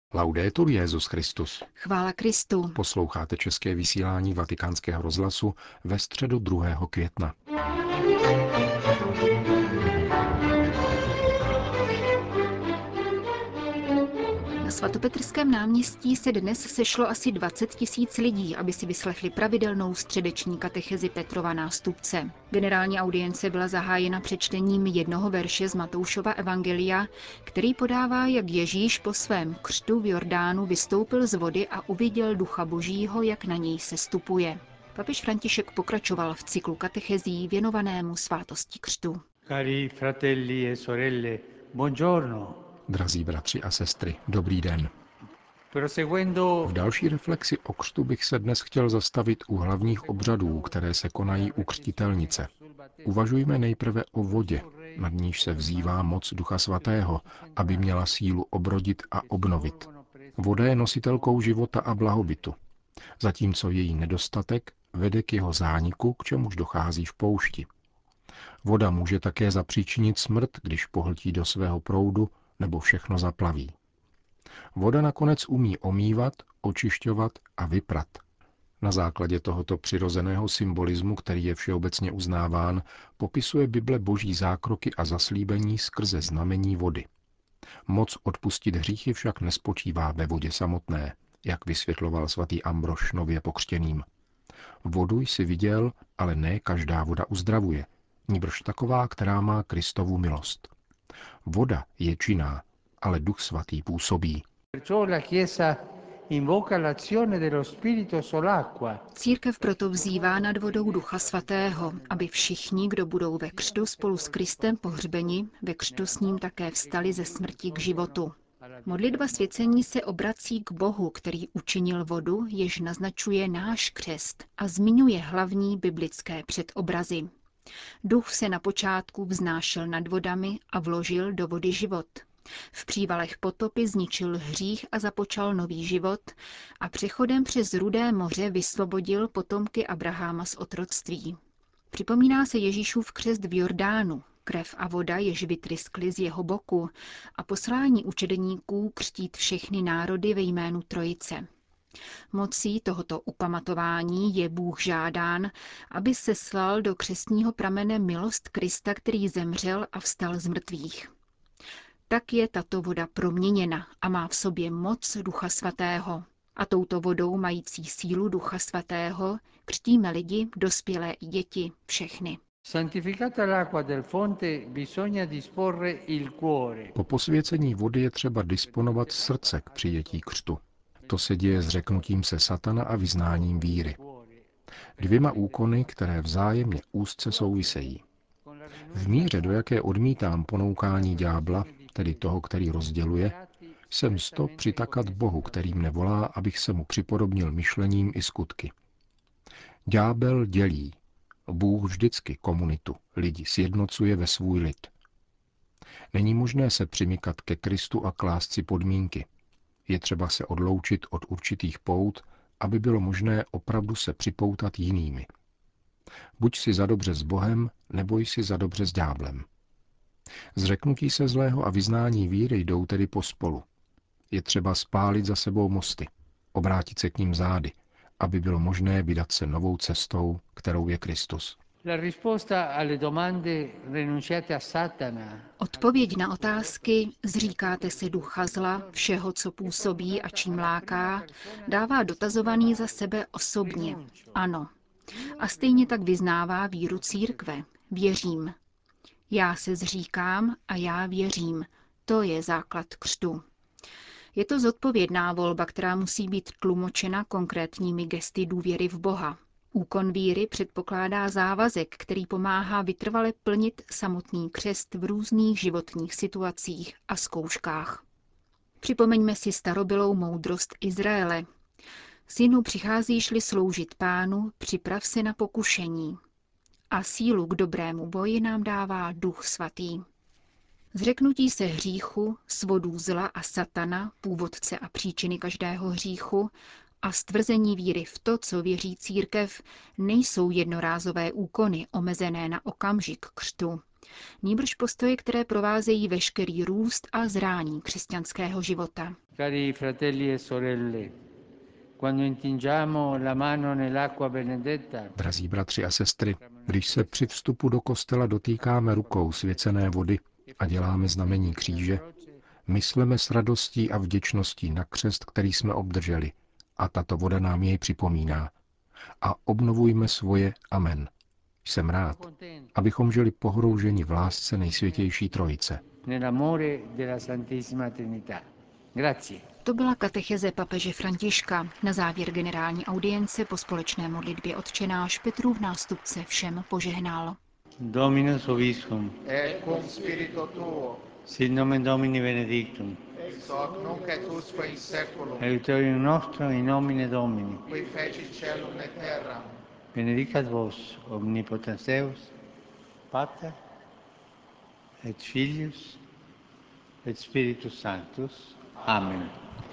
Laudetur Jesus Christus. Chvála Kristu. Posloucháte české vysílání Vatikánského rozhlasu ve středu 2. května. Na svatopetrském náměstí se dnes sešlo asi 20 000 lidí, aby si vyslechli pravidelnou středeční katechezi Petrova nástupce. Generální audience byla zahájena přečtením jednoho verše z Matoušova evangelia, který podává, jak Ježíš po svém křtu v Jordánu vystoupil z vody a uviděl Ducha Božího, jak na něj sestupuje. Papež František pokračoval v cyklu katechezí věnovanému svátosti křtu. Cari fratelli e sorelle, buongiorno. Drazí bratři a sestry, dobrý den. Proseguendo V další reflexi o křtu bych se dnes chtěl zastavit u hlavních obřadů, které se konají u křtitelnice. Uvažujme nejprve o vodě, nad níž se vzývá moc Ducha Svatého, aby měla sílu obrodit a obnovit. Voda je nositelkou života a blahobytu, zatímco její nedostatek vede k jeho zániku, k čemuž dochází v poušti. Voda může také zapříčinit smrt, když pohltí do svého proudu nebo všechno zaplaví. Voda nakonec umí omývat, očišťovat a vyprat. Na základě tohoto přirozeného symbolismu, který je všeobecně uznáván, popisuje Bible Boží zákroky a zaslíbení skrze znamení vody. Moc odpustit hříchy však nespočívá ve vodě samotné, jak vysvětloval svatý Ambrož nově pokřtěným. Vodu jsi viděl, ale ne každá voda uzdravuje, nýbrž taková, která má Kristovu milost. Voda je činná, ale Duch Svatý působí. Církev proto vzývá nad vodou Ducha Svatého, aby všichni, kdo budou ve křtu spolu s Kristem pohřbeni, ve křtu s ním také vstali ze smrti k životu. Modlitba svěcení se obrací k Bohu, který učinil vodu, jež naznačuje náš křest a zmiňuje hlavní biblické předobrazy. Duch se na počátku vznášel nad vodami a vložil do vody život. V přívalech potopy zničil hřích a započal nový život a přechodem přes Rudé moře vysvobodil potomky Abraháma z otroctví. Připomíná se Ježíšův křest v Jordánu, krev a voda, jež vytryskly z jeho boku, a poslání učedníků křtít všechny národy ve jménu Trojice. Mocí tohoto upamatování je Bůh žádán, aby seslal do křestního pramene milost Krista, který zemřel a vstal z mrtvých. Tak je tato voda proměněna a má v sobě moc Ducha Svatého. A touto vodou mající sílu Ducha Svatého křtíme lidi, dospělé i děti, všechny. Po posvěcení vody je třeba disponovat srdce k přijetí křtu. To se děje zřeknutím se satana a vyznáním víry. Dvěma úkony, které vzájemně úzce souvisejí. V míře, do jaké odmítám ponoukání ďábla, tedy toho, který rozděluje, jsem sto přitakat Bohu, který mne volá, abych se mu připodobnil myšlením i skutky. Ďábel dělí, Bůh vždycky komunitu, lidi sjednocuje ve svůj lid. Není možné se přimykat ke Kristu a klást si podmínky. Je třeba se odloučit od určitých pout, aby bylo možné opravdu se připoutat jinými. Buď si zadobře s Bohem, nebo jsi zadobře s ďáblem. Zřeknutí se zlého a vyznání víry jdou tedy pospolu. Je třeba spálit za sebou mosty, obrátit se k ním zády, aby bylo možné vydat se novou cestou, kterou je Kristus. Odpověď na otázky zříkáte se ducha zla, všeho, co působí a čím láká, dává dotazovaný za sebe osobně. Ano. A stejně tak vyznává víru církve. Věřím. Já se zříkám a já věřím. To je základ křtu. Je to zodpovědná volba, která musí být tlumočena konkrétními gesty důvěry v Boha. Úkon víry předpokládá závazek, který pomáhá vytrvale plnit samotný křest v různých životních situacích a zkouškách. Připomeňme si starobylou moudrost Izraele. Synu, přicházíš-li sloužit Pánu, připrav se na pokušení. A sílu k dobrému boji nám dává Duch Svatý. Zřeknutí se hříchu, svodů zla a satana, původce a příčiny každého hříchu, a stvrzení víry v to, co věří církev, nejsou jednorázové úkony omezené na okamžik křtu. nýbrž postoje, které provázejí veškerý růst a zrání křesťanského života. Cari fratelli e sorelle, quando intingiamo la mano nell'acqua benedetta, Drazí bratři a sestry, když se při vstupu do kostela dotýkáme rukou svěcené vody a děláme znamení kříže, mysleme s radostí a vděčností na křest, který jsme obdrželi, a tato voda nám jej připomíná. A obnovujme svoje amen. Jsem rád, abychom žili pohrouženi v lásce nejsvětější Trojice. nell'amore della Santissima Trinità. Grazie. To byla katecheze papeže Františka. Na závěr generální audience po společné modlitbě Otčenáš Petrův nástupce všem požehnal. Dominus vobiscum. Et cum spiritu tuo, Sit nomen Domini benedictum. ex hoc nunc et usque in seculum, Aiutorium nostrum in nomine Domini. qui feci caelum et terram, Benedicat vos omnipotens Deus, Pater et Filius et Spiritus Sanctus. Amen.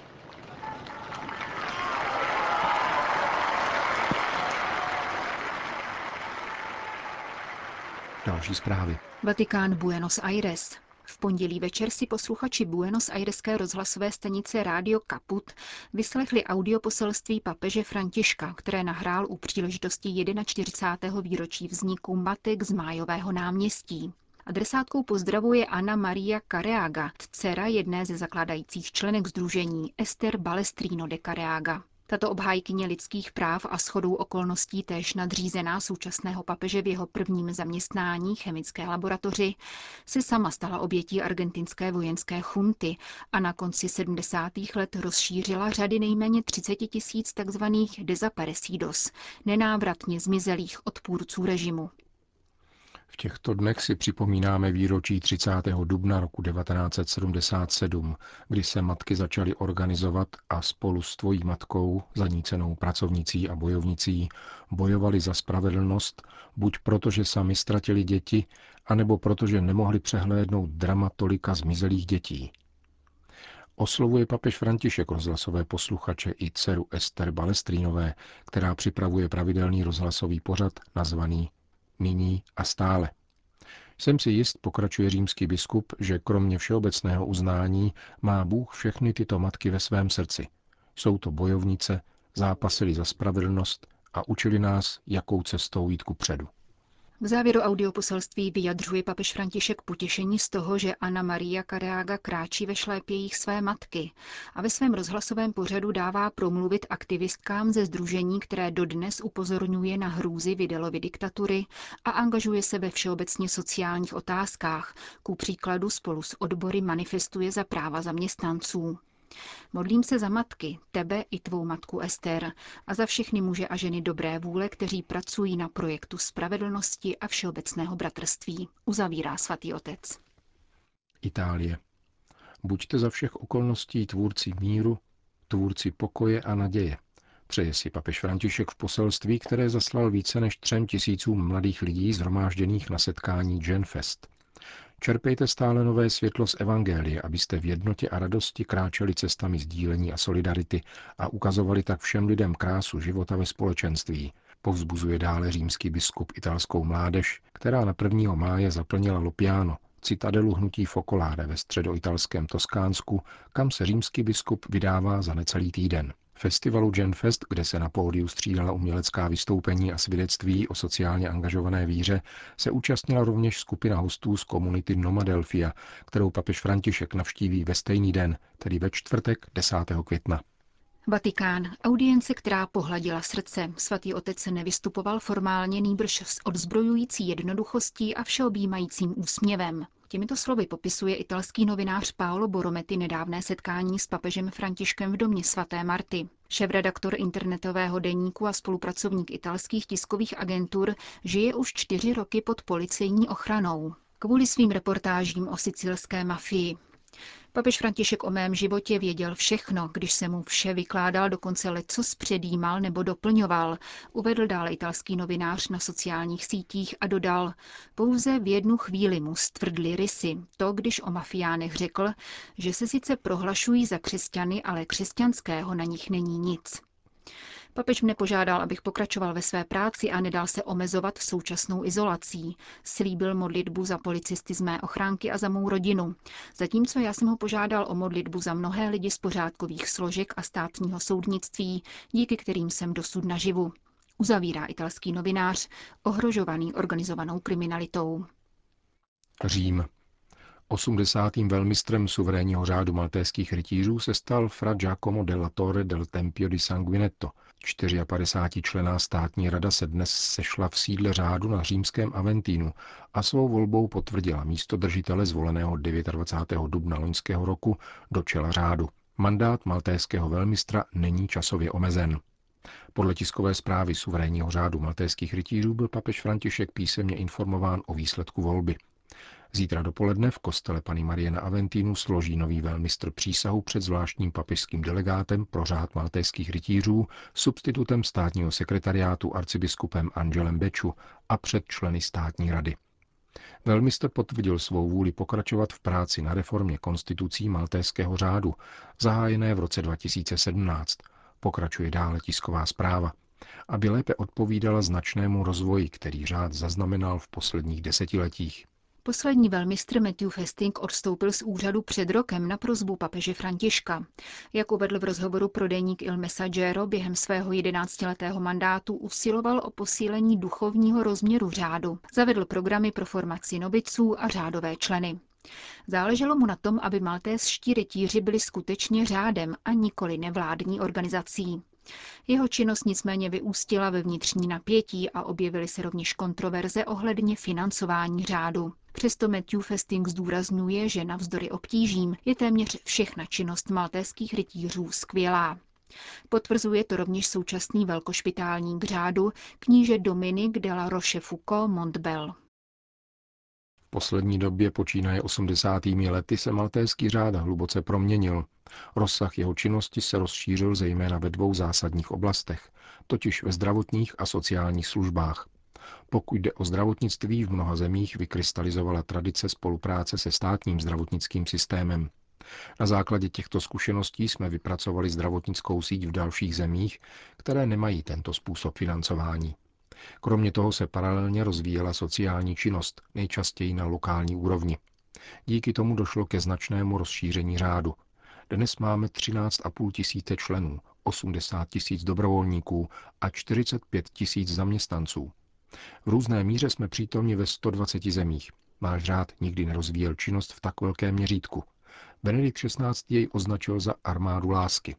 Další zprávy. Vatikán, Buenos Aires. V pondělí večer si posluchači Buenos Aireské rozhlasové stanice Radio Caput vyslechli audioposelství papeže Františka, které nahrál u příležitosti 41. výročí vzniku matek z Májového náměstí. Adresátkou pozdravu je Anna Maria Careaga, dcera jedné ze zakládajících členek sdružení Esther Balestrino de Careaga. Tato obhájkyně lidských práv a shodou okolností též nadřízená současného papeže v jeho prvním zaměstnání chemické laboratoři se sama stala obětí argentinské vojenské chunty a na konci 70. let rozšířila řady nejméně 30 000 takzvaných desaparecidos, nenávratně zmizelých odpůrců režimu. V těchto dnech si připomínáme výročí 30. dubna roku 1977, kdy se matky začaly organizovat a spolu s tvojí matkou, zanícenou pracovnicí a bojovnicí, bojovali za spravedlnost, buď protože sami ztratili děti, anebo protože nemohli přehlédnout drama tolika zmizelých dětí. Oslovuje papež František rozhlasové posluchače i dceru Esther Balestrínové, která připravuje pravidelný rozhlasový pořad nazvaný Nyní a stále. Jsem si jist, pokračuje římský biskup, že kromě všeobecného uznání má Bůh všechny tyto matky ve svém srdci. Jsou to bojovnice, zápasily za spravedlnost a učili nás, jakou cestou jít kupředu. V závěru audioposelství vyjadřuje papež František potěšení z toho, že Anna Maria Careaga kráčí ve šlépějích své matky a ve svém rozhlasovém pořadu dává promluvit aktivistkám ze sdružení, které dodnes upozorňuje na hrůzy Videlovy diktatury a angažuje se ve všeobecně sociálních otázkách. Ku příkladu spolu s odbory manifestuje za práva zaměstnanců. Modlím se za matky, tebe i tvou matku Ester, a za všechny muže a ženy dobré vůle, kteří pracují na projektu spravedlnosti a všeobecného bratrství, uzavírá svatý otec. Itálie. Buďte za všech okolností tvůrci míru, tvůrci pokoje a naděje. Přeje si papež František v poselství, které zaslal více než 3 000 mladých lidí shromážděných na setkání Genfest. Čerpejte stále nové světlo z evangelie, abyste v jednotě a radosti kráčeli cestami sdílení a solidarity a ukazovali tak všem lidem krásu života ve společenství. Povzbuzuje dále římský biskup italskou mládež, která na 1. máje zaplnila Lopiano, citadelu hnutí Focolare ve středoitalském Toskánsku, kam se římský biskup vydává za necelý týden. Festivalu Genfest, kde se na pódiu střídala umělecká vystoupení a svědectví o sociálně angažované víře, se účastnila rovněž skupina hostů z komunity Nomadelphia, kterou papež František navštíví ve stejný den, tedy ve čtvrtek 10. května. Vatikán. Audience, která pohladila srdce. Svatý otec se nevystupoval formálně, nýbrž s odzbrojující jednoduchostí a všeobjímajícím úsměvem. Těmito slovy popisuje italský novinář Paolo Borrometti nedávné setkání s papežem Františkem v domě svaté Marty. Šéfredaktor internetového deníku a spolupracovník italských tiskových agentur žije už 4 roky pod policejní ochranou kvůli svým reportážím o sicilské mafii. Papež František o mém životě věděl všechno, když se mu vše vykládal, dokonce lecos předjímal nebo doplňoval, uvedl dále italský novinář na sociálních sítích a dodal, pouze v jednu chvíli mu stvrdly rysy, to, když o mafiánech řekl, že se sice prohlašují za křesťany, ale křesťanského na nich není nic. Papež mne požádal, abych pokračoval ve své práci a nedal se omezovat současnou izolací. Slíbil modlitbu za policisty z mé ochránky a za mou rodinu. Zatímco já jsem ho požádal o modlitbu za mnohé lidi z pořádkových složek a státního soudnictví, díky kterým jsem dosud naživu. Uzavírá italský novinář, ohrožovaný organizovanou kriminalitou. Řím. 80. velmistrem suverénního řádu maltéských rytířů se stal fra Giacomo della Torre del Tempio di Sanguinetto. 54členná státní rada se dnes sešla v sídle řádu na římském Aventínu a svou volbou potvrdila místodržitele zvoleného 29. dubna loňského roku do čela řádu. Mandát maltéského velmistra není časově omezen. Podle tiskové zprávy suverénního řádu maltéských rytířů byl papež František písemně informován o výsledku volby. Zítra dopoledne v kostele Panny Marie na Aventínu složí nový velmistr přísahu před zvláštním papežským delegátem pro řád maltéských rytířů, substitutem státního sekretariátu arcibiskupem Angelem Beču a před členy státní rady. Velmistr potvrdil svou vůli pokračovat v práci na reformě konstitucí maltéského řádu, zahájené v roce 2017, pokračuje dále tisková zpráva, aby lépe odpovídala značnému rozvoji, který řád zaznamenal v posledních desetiletích. Poslední velmistr Matthew Festing odstoupil z úřadu před rokem na prosbu papeže Františka. Jak uvedl v rozhovoru pro deník Il Messaggero, během svého 11letého mandátu usiloval o posílení duchovního rozměru řádu. Zavedl programy pro formaci noviců a řádové členy. Záleželo mu na tom, aby maltézští rytíři byli skutečně řádem a nikoli nevládní organizací. Jeho činnost nicméně vyústila ve vnitřní napětí a objevily se rovněž kontroverze ohledně financování řádu. Přesto Matthew Festing zdůrazňuje, že navzdory obtížím je téměř všechna činnost maltéských rytířů skvělá. Potvrzuje to rovněž současný velkošpitálník řádu, kníže Dominique de la Rochefoucauld Montbel. V poslední době počínaje 80. lety se maltéský řád hluboce proměnil. Rozsah jeho činnosti se rozšířil zejména ve dvou zásadních oblastech, totiž ve zdravotních a sociálních službách. Pokud jde o zdravotnictví, v mnoha zemích vykrystalizovala tradice spolupráce se státním zdravotnickým systémem. Na základě těchto zkušeností jsme vypracovali zdravotnickou síť v dalších zemích, které nemají tento způsob financování. Kromě toho se paralelně rozvíjela sociální činnost, nejčastěji na lokální úrovni. Díky tomu došlo ke značnému rozšíření řádu. Dnes máme 13,5 tisíce členů, 80 000 dobrovolníků a 45 000 zaměstnanců. V různé míře jsme přítomni ve 120 zemích. Náš řád nikdy nerozvíjel činnost v tak velkém měřítku. Benedikt XVI. Jej označil za armádu lásky.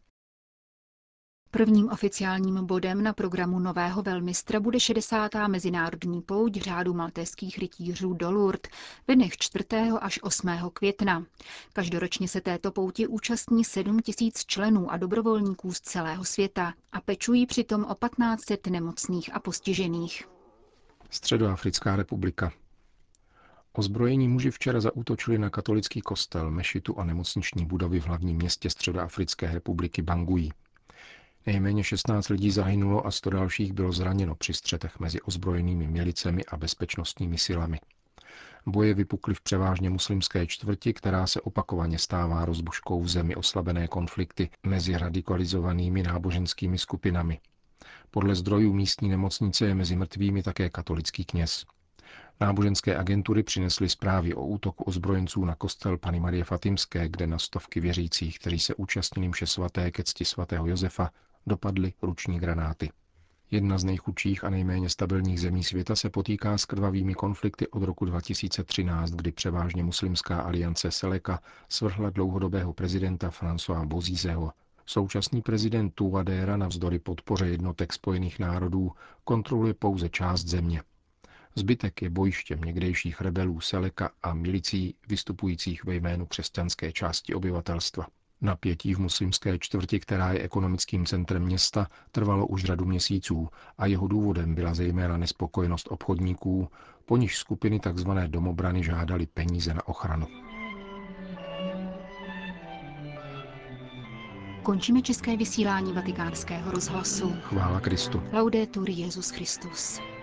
Prvním oficiálním bodem na programu nového velmistra bude 60. mezinárodní pouť řádu maltéských rytířů do Lourdes ve dnech 4. až 8. května. Každoročně se této pouti účastní 7 000 členů a dobrovolníků z celého světa a pečují přitom o 1500 nemocných a postižených. Středoafrická republika. Ozbrojení muži včera zaútočili na katolický kostel, mešitu a nemocniční budovy v hlavním městě Středoafrické republiky Bangui. Nejméně 16 lidí zahynulo a 100 dalších bylo zraněno při střetech mezi ozbrojenými milicemi a bezpečnostními silami. Boje vypukly v převážně muslimské čtvrti, která se opakovaně stává rozbuškou v zemi oslabené konflikty mezi radikalizovanými náboženskými skupinami. Podle zdrojů místní nemocnice je mezi mrtvými také katolický kněz. Náboženské agentury přinesly zprávy o útoku ozbrojenců na kostel Panny Marie Fatimské, kde na stovky věřících, kteří se účastnili mše svaté ke cti svatého Josefa, dopadly ruční granáty. Jedna z nejchudších a nejméně stabilních zemí světa se potýká s krvavými konflikty od roku 2013, kdy převážně muslimská aliance Seleka svrhla dlouhodobého prezidenta Françoise Bozízeho. Současný prezident Touadéra navzdory podpoře jednotek Spojených národů kontroluje pouze část země. Zbytek je bojištěm někdejších rebelů Seleka a milicí vystupujících ve jménu křesťanské části obyvatelstva. Napětí v muslimské čtvrti, která je ekonomickým centrem města, trvalo už řadu měsíců a jeho důvodem byla zejména nespokojenost obchodníků, po níž skupiny tzv. Domobrany žádali peníze na ochranu. Končíme české vysílání Vatikánského rozhlasu. Chvála Kristu. Laudetur Jesus Christus.